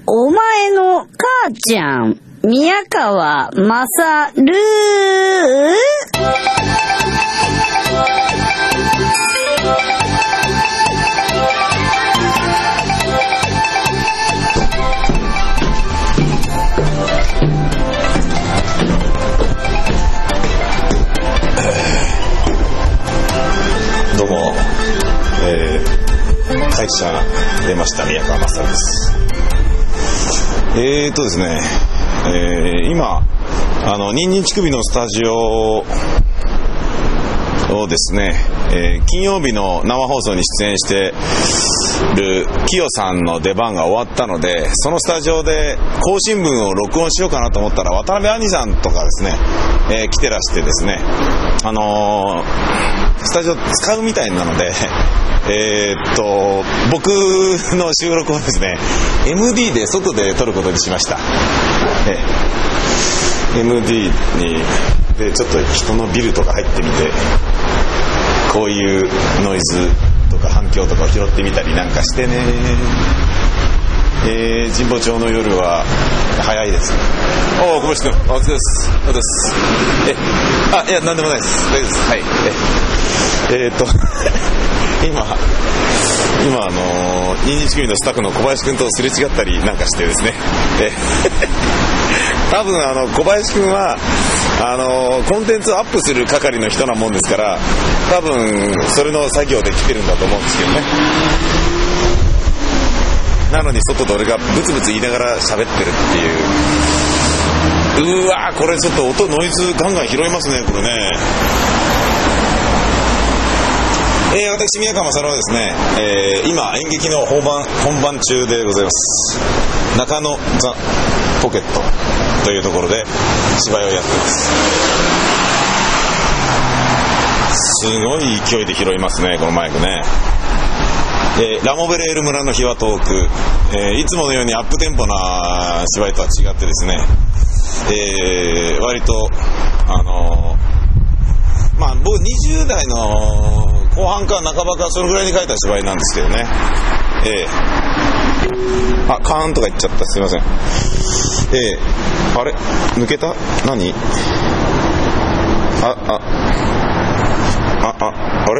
お前の母ちゃん、宮川まさる。 どうも、会社出ました宮川まさるです。ですね、今ニンニン乳首のスタジオをですね、金曜日の生放送に出演してるキヨさんの出番が終わったので、そのスタジオで更新文を録音しようかなと思ったら、渡辺杏里さんとかですね、来てらしてですね、スタジオ使うみたいなので、僕の収録をですね MD で外で撮ることにしました。MD にでちょっと人のビルとか入ってみて、こういうノイズとか反響とかを拾ってみたりなんかしてね。神保町の夜は早いです。小林君、お疲れです。お疲れです。いや、なんでもないです。大丈夫です。はい。今ニンニン乳首のスタッフの小林君とすれ違ったりなんかしてですね。多分小林君はコンテンツをアップする係の人なもんですから、多分それの作業で来てるんだと思うんですけどね。なのに外で俺がブツブツ言いながら喋ってるっていう。うわー、これちょっと音ノイズガンガン拾いますね、これね。私宮川まさるはですね、今演劇の本番中でございます。中野ザ・ポケットというところで芝居をやってます。すごい勢いで拾いますね、このマイクね。ラモベレール村の秘話トーク、いつものようにアップテンポな芝居とは違ってですね、割と僕20代の後半か半ばかそれぐらいに書いた芝居なんですけどね。カーンとか言っちゃった、すいません。あれ抜けた？何？あれ？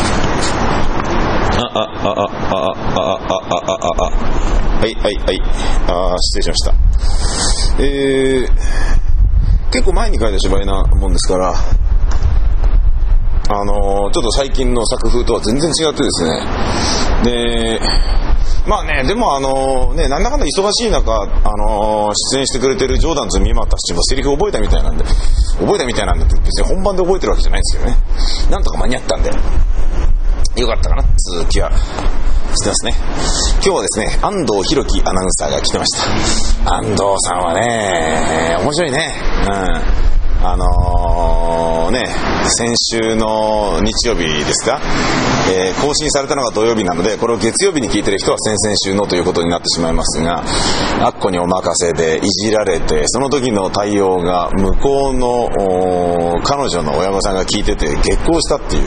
失礼しました。結構前に書いた芝居なもんですから、ちょっと最近の作風とは全然違ってですね。で、でもなんだかんだ忙しい中、出演してくれてるジョーダンズミマたちもセリフ覚えたみたいなんでって別に本番で覚えてるわけじゃないんですけどね。なんとか間に合ったんでよかったかなって続きはしてますね。今日はですね、安藤弘樹アナウンサーが来てました。安藤さんはね、面白いね。先週の日曜日ですか、更新されたのが土曜日なので、これを月曜日に聞いてる人は先々週のということになってしまいますが、あっこにお任せでいじられて、その時の対応が向こうの彼女の親御さんが聞いてて激高したっていう、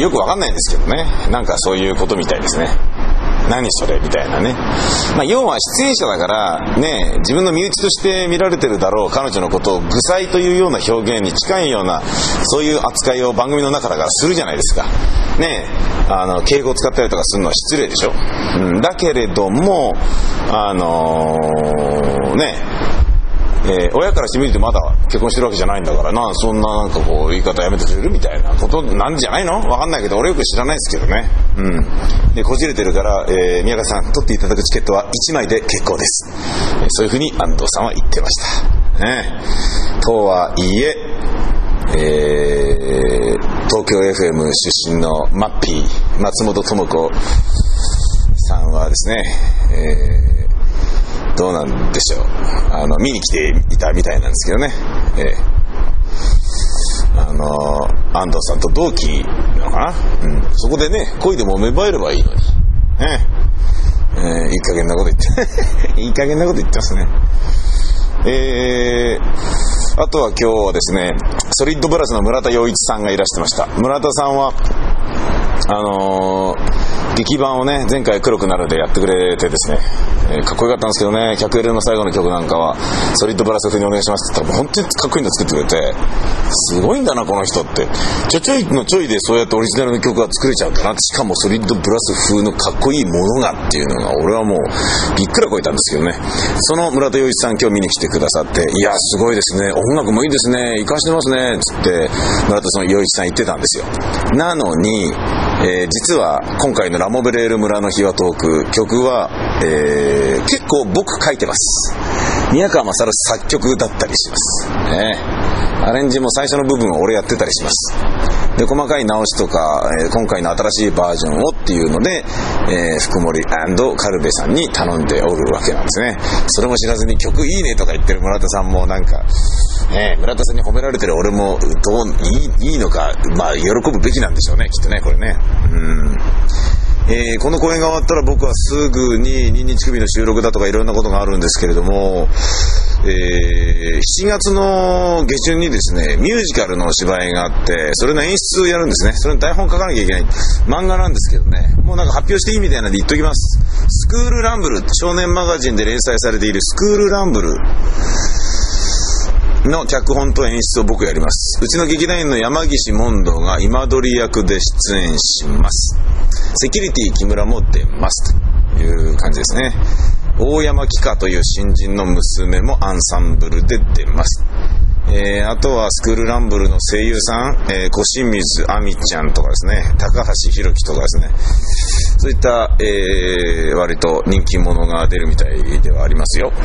よくわかんないんですけどね、なんかそういうことみたいですね。何それみたいなね。要は出演者だからね、自分の身内として見られてるだろう彼女のことを愚才というような表現に近いような、そういう扱いを番組の中だからするじゃないですかね。敬語を使ったりとかするのは失礼でしょ。だけれども親からしてみるとまだ結婚してるわけじゃないんだからな、そんななんかこう言い方やめてくれるみたいなことなんじゃないの？わかんないけど、俺よく知らないですけどね。でこじれてるから、宮川さん取っていただくチケットは1枚で結構です。そういうふうに安藤さんは言ってましたね。とはいえ東京 FM 出身のマッピー松本智子さんはですね、どうなんでしょう、見に来ていたみたいなんですけどね、安藤さんと同期なのかな、そこでね恋でも芽生えればいいのに、いい加減なこと言っていい加減なこと言ってますね。あとは今日はですね、ソリッドブラスの村田洋一さんがいらしてました。村田さんは劇版をね、前回黒くなるでやってくれてですね、かっこよかったんですけどね、100エルの最後の曲なんかはソリッドブラス風にお願いしますって言ったら、本当にかっこいいの作ってくれて、すごいんだなこの人って、ちょいのちょいでそうやってオリジナルの曲が作れちゃうんだなって、しかもソリッドブラス風のかっこいいものがっていうのが、俺はもうびっくらこいたんですけどね。その村田洋一さん今日見に来てくださって、いやすごいですね、音楽もいいですね、活かしてますねつって村田洋一さん言ってたんですよ。なのに、実は今回のラモベレール村の秘話トーク、曲は、結構僕書いてます。宮川勝作曲だったりしますね。アレンジも最初の部分は俺やってたりします。で、細かい直しとか、今回の新しいバージョンをっていうので、福森&カルベさんに頼んでおるわけなんですね。それも知らずに曲いいねとか言ってる村田さんもなんか、村田さんに褒められてる俺もいいのか、まあ喜ぶべきなんでしょうね、きっとね、これね。この公演が終わったら僕はすぐにニンニチ首の収録だとかいろんなことがあるんですけれども、7月の下旬にですね、ミュージカルの芝居があって、それの演出をやるんですね。それの台本書かなきゃいけない漫画なんですけどね、もうなんか発表していいみたいなんで言っときます。スクールランブル、少年マガジンで連載されているスクールランブルの脚本と演出を僕やります。うちの劇団員の山岸モンドが今撮り役で出演します。セキュリティ木村も出ますという感じですね。大山紀香という新人の娘もアンサンブルで出ます。あとはスクールランブルの声優さん、小清水亜美ちゃんとかですね、高橋宏樹とかですね、そういった、割と人気者が出るみたいではありますよ。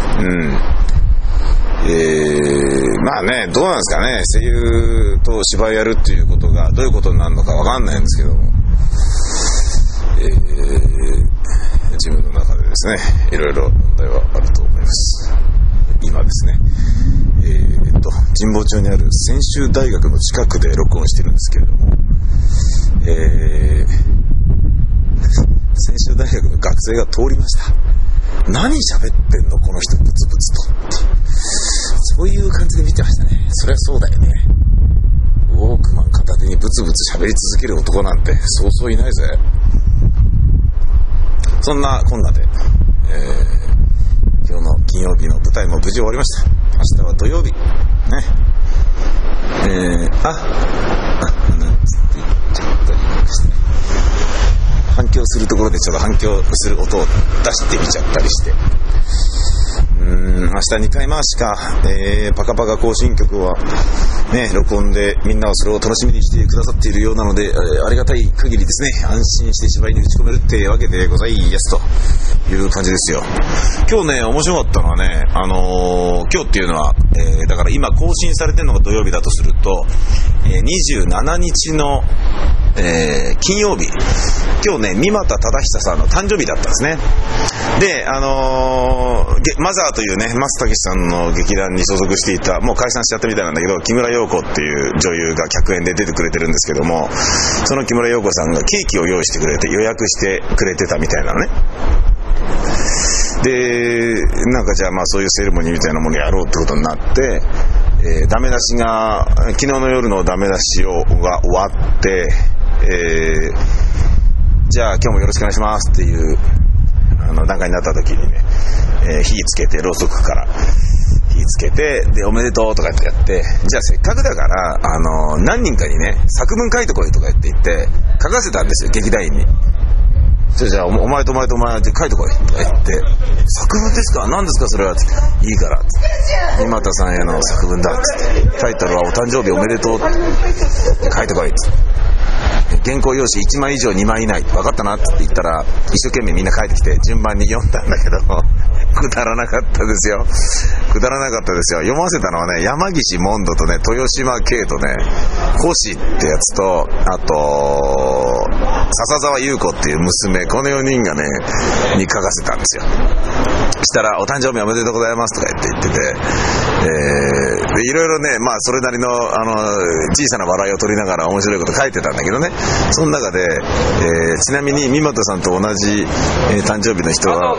まあね、どうなんですかね、声優と芝居やるっていうことがどういうことになるのかわかんないんですけども、自分の中でですね、いろいろ問題はあると思います。今ですね、神保町にある専修大学の近くで録音してるんですけれども、専修大学の学生が通りました。何喋ってんのこの人、ブツブツと、そういう感じで見てましたね。そりゃそうだよね。ウォークマン片手にブツブツ喋り続ける男なんてそうそういないぜ。そんなこんなで、今日の金曜日の舞台も無事終わりました。明日は土曜日ね。なんつって言っちゃったりしてね、反響するところでちょっと反響する音を出してみちゃったりして、明日2回回しか、パカパカ行進曲はね、録音でみんなはそれを楽しみにしてくださっているようなので、ありがたい限りですね、安心して芝居に打ち込めるってわけでございますという感じですよ。今日ね、面白かったのはね、今日っていうのは、だから今更新されてるのが土曜日だとすると、27日の、金曜日、今日ね、三股忠久さんの誕生日だったんですね。で、マザーというね、増武さんの劇団に所属していた、もう解散しちゃったみたいなんだけど、木村陽子っていう女優が客演で出てくれてるんですけども、その木村陽子さんがケーキを用意してくれて予約してくれてたみたいなのね。で、なんかじゃあまあそういうセレモニーみたいなものやろうってことになって、ダメ出しが、昨日の夜のダメ出しが終わって、じゃあ今日もよろしくお願いしますっていう段階になった時にね、火つけて、ろうそくから火つけて、でおめでとうとかってやって、じゃあせっかくだから何人かにね、作文書いてこいとか言って書かせたんですよ、劇団員に。じゃあお前とお前とお前って書いてこいとか言って、作文ですか、何ですかそれは、いいからって、三股さんへの作文だって、タイトルはお誕生日おめでとうって書いてこいって、原稿用紙1枚以上2枚以内分かったなって言ったら、一生懸命みんな書いてきて順番に読んだんだけどくだらなかったですよ。くだらなかったですよ。読ませたのはね、山岸モンドとね、豊島圭とね、星ってやつと、あと笹沢優子っていう娘、この4人がねに書かせたんですよ。したらお誕生日おめでとうございますとか言ってて、いろいろね、まあそれなりの小さな笑いを取りながら面白いこと書いてたんだけどね、その中で、ちなみに三股さんと同じ、誕生日の人は、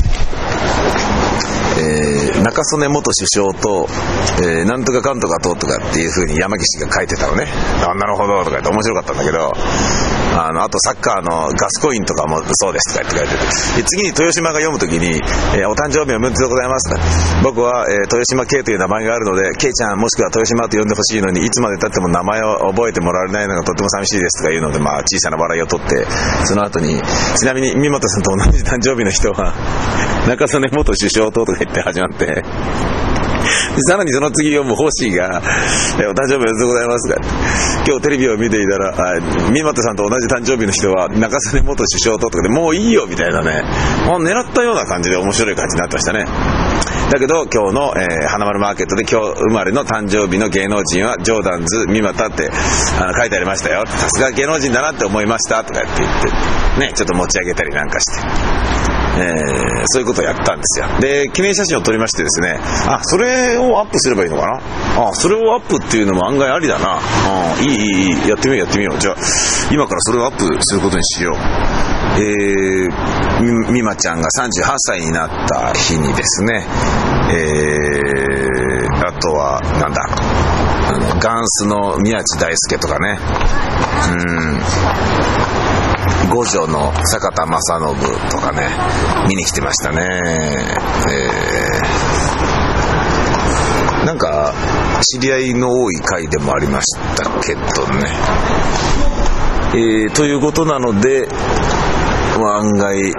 中曽根元首相と、なんとかかんとかととかっていう風に山岸が書いてたのね。あ、なるほどとか言って面白かったんだけど、 あとサッカーのガスコインとかもそうですとか言って書いてて、次に豊島が読むときに、お誕生日おめでとうございますと、僕は、豊島圭という名前があるので、圭ちゃんもしくは豊島と呼んでほしいのに、いつまで経っても名前を覚えてもらえないのがとても寂しいですとか言うので、小さな笑いを取って、その後に、ちなみに三又さんと同じ誕生日の人は中曽根元首相とか言って始まって、さらにその次読む星が、お誕生日おめでとうございますが、今日テレビを見ていたら、三又さんと同じ誕生日の人は中曽根元首相とかで、もういいよみたいなね、もう狙ったような感じで面白い感じになってましたね。だけど今日の、花丸マーケットで今日生まれの誕生日の芸能人はジョーダンズ三又って書いてありましたよ。さすが芸能人だなって思いましたとかって言ってね、ちょっと持ち上げたりなんかして、そういうことをやったんですよ。で、記念写真を撮りましてですね、それをアップすればいいのかな。それをアップっていうのも案外ありだな。いいやってみよう。じゃあ今からそれをアップすることにしよう。美馬ちゃんが38歳になった日にですね、あとはなんだ、ガンスの宮地大輔とかね、五女の坂田正信とかね、見に来てましたね。なんか知り合いの多い回でもありましたけどね。ということなので、案外、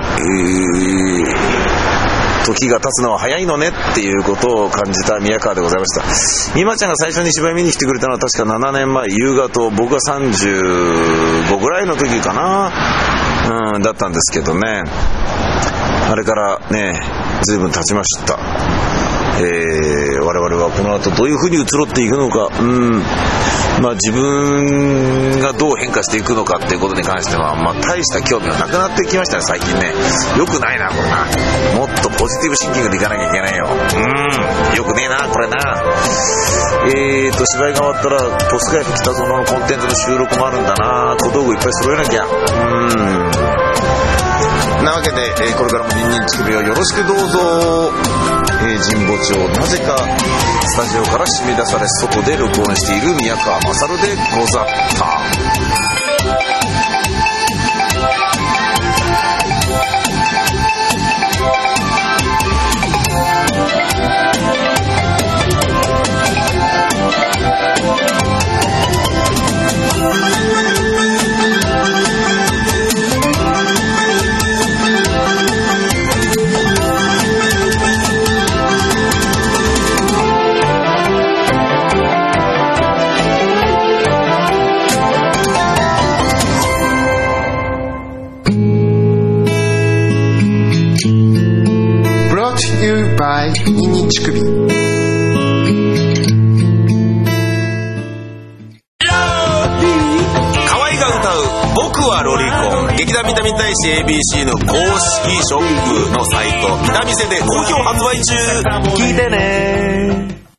時が経つのは早いのねっていうことを感じた宮川でございました。美馬ちゃんが最初に芝居見に来てくれたのは確か7年前夕方、僕が35ぐらいの時かな、だったんですけどね。あれからね、随分経ちました。我々はこの後どういうふうに移ろっていくのか、自分がどう変化していくのかっていうことに関しては、大した興味がなくなってきましたね、最近ね。よくないなこれな。もっとポジティブシンキングでいかなきゃいけないよ。よくねえなこれな。芝居が終わったらポスカイフ北園のコンテンツの収録もあるんだな。小道具いっぱい揃えなきゃ。なわけで、これからもニンニン乳首をよろしくどうぞ。神保町、なぜかスタジオから締め出され外で録音している宮川勝でござった。ニンニン乳首。河合が歌う僕はロリコン、劇団ビタミン大使 ABC の公式ショップのサイトビタミセで好評発売中。聞いてね。